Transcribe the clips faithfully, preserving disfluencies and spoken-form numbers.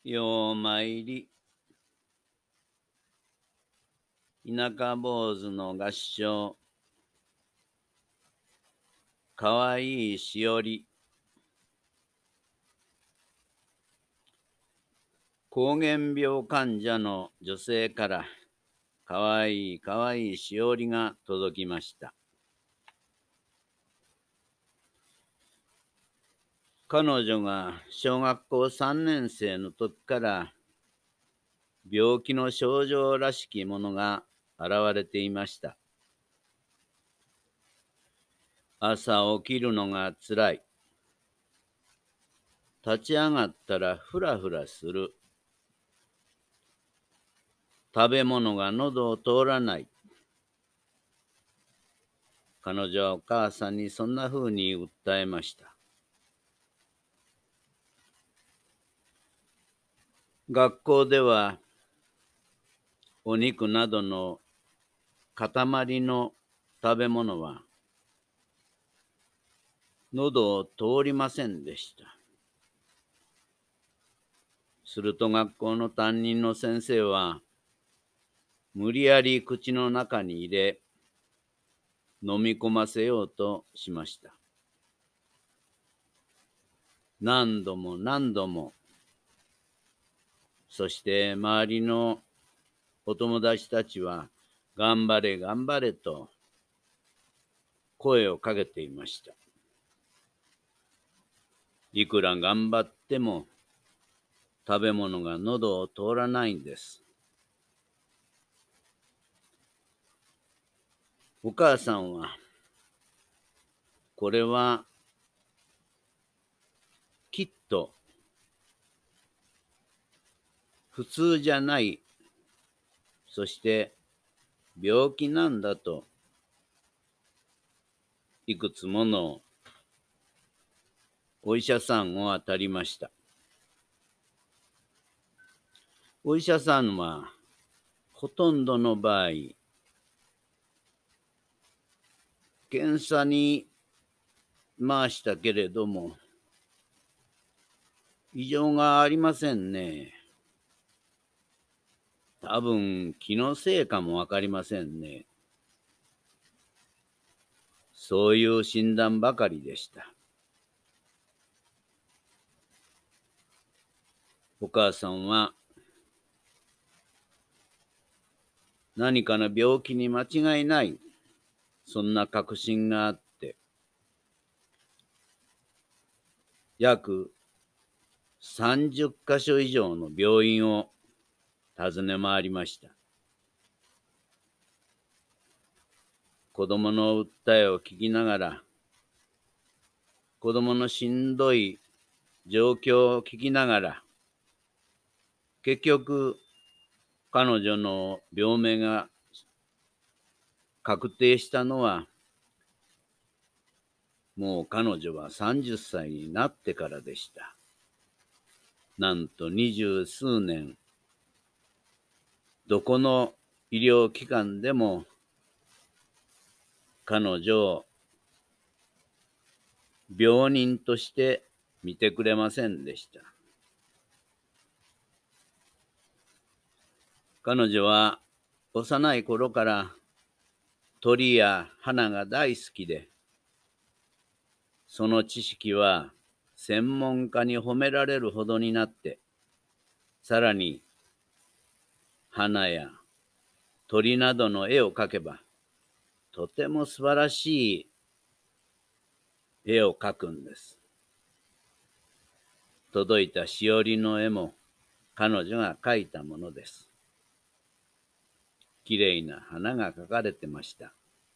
よう参り、田舎坊主の合唱、かわいいしおり、膠原病患者の女性から、かわいいかわいいしおりが届きました。彼女が小学校さんねん生の時から病気の症状らしきものが現れていました。朝起きるのがつらい。立ち上がったらふらふらする。食べ物が喉を通らない。彼女はお母さんにそんなふうに訴えました。学校ではお肉などの塊の食べ物は喉を通りませんでした。すると学校の担任の先生は無理やり口の中に入れ飲み込ませようとしました。何度も何度も、そして周りのお友達たちは頑張れ頑張れと声をかけていました。いくら頑張っても食べ物が喉を通らないんです。お母さんは、これはきっと普通じゃない、そして病気なんだと、いくつものお医者さんを当たりました。お医者さんはほとんどの場合、検査に回したけれども、異常がありませんね。多分気のせいかもわかりませんね。そういう診断ばかりでした。お母さんは何かの病気に間違いない、そんな確信があって、約さんじゅっかしょ以上の病院を訪ね回りました。子供の訴えを聞きながら、子供のしんどい状況を聞きながら、結局、彼女の病名が確定したのは、もう彼女はさんじゅっさいになってからでした。なんと二十数年、どこの医療機関でも彼女を病人として見てくれませんでした。彼女は幼い頃から鳥や花が大好きで、その知識は専門家に褒められるほどになって、さらに花や鳥などの絵を描けば、とても素晴らしい絵を描くんです。届いたしおりの絵も彼女が描いたものです。きれいな花が描かれてました。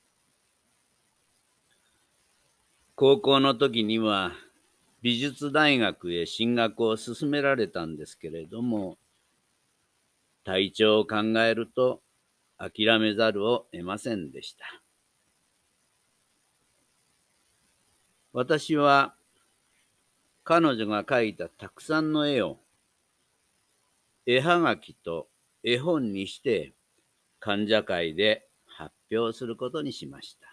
高校の時には美術大学へ進学を勧められたんですけれども、体調を考えると諦めざるを得ませんでした。私は彼女が描いたたくさんの絵を絵はがきと絵本にして患者会で発表することにしました。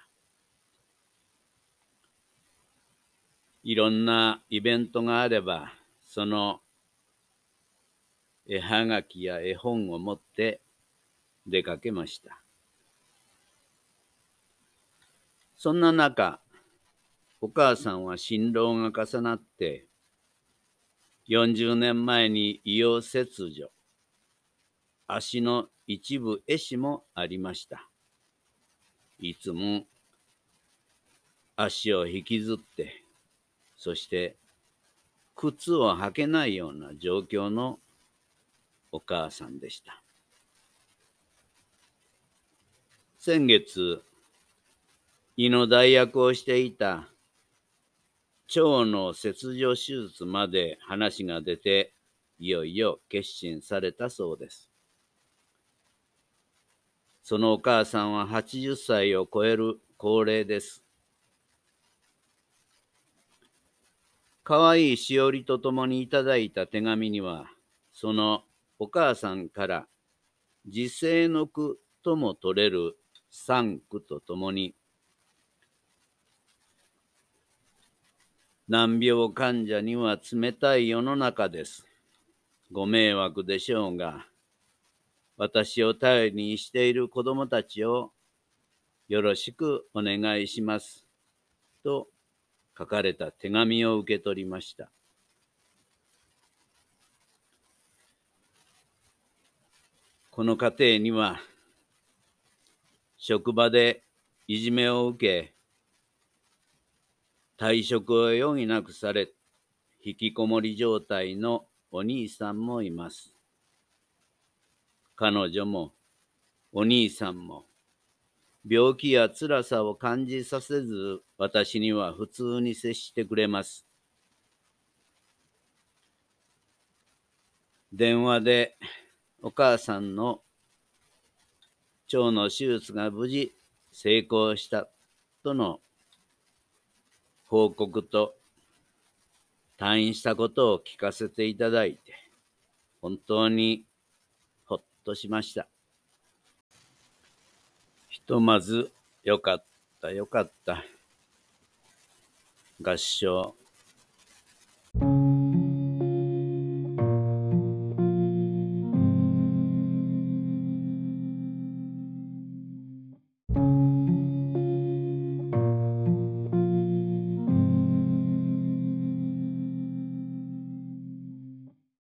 いろんなイベントがあれば、その絵はがきや絵本を持って出かけました。そんな中、お母さんは心労が重なって、よんじゅうねんまえに胃を切除、足の一部壊死もありました。いつも足を引きずって、そして靴を履けないような状況のお母さんでした。先月、胃の代役をしていた腸の切除手術まで話が出て、いよいよ決心されたそうです。そのお母さんははちじゅっさいを超える高齢です。かわいいしおりとともにいただいた手紙には、そのお母さんから辞世の句とも取れる三句とともに、難病患者には冷たい世の中です。ご迷惑でしょうが、私を頼りにしている子供たちをよろしくお願いします。と書かれた手紙を受け取りました。この家庭には、職場でいじめを受け、退職を余儀なくされ、引きこもり状態のお兄さんもいます。彼女もお兄さんも病気や辛さを感じさせず、私には普通に接してくれます。電話でお母さんの腸の手術が無事成功したとの報告と、退院したことを聞かせていただいて、本当にほっとしました。ひとまず、よかったよかった。合唱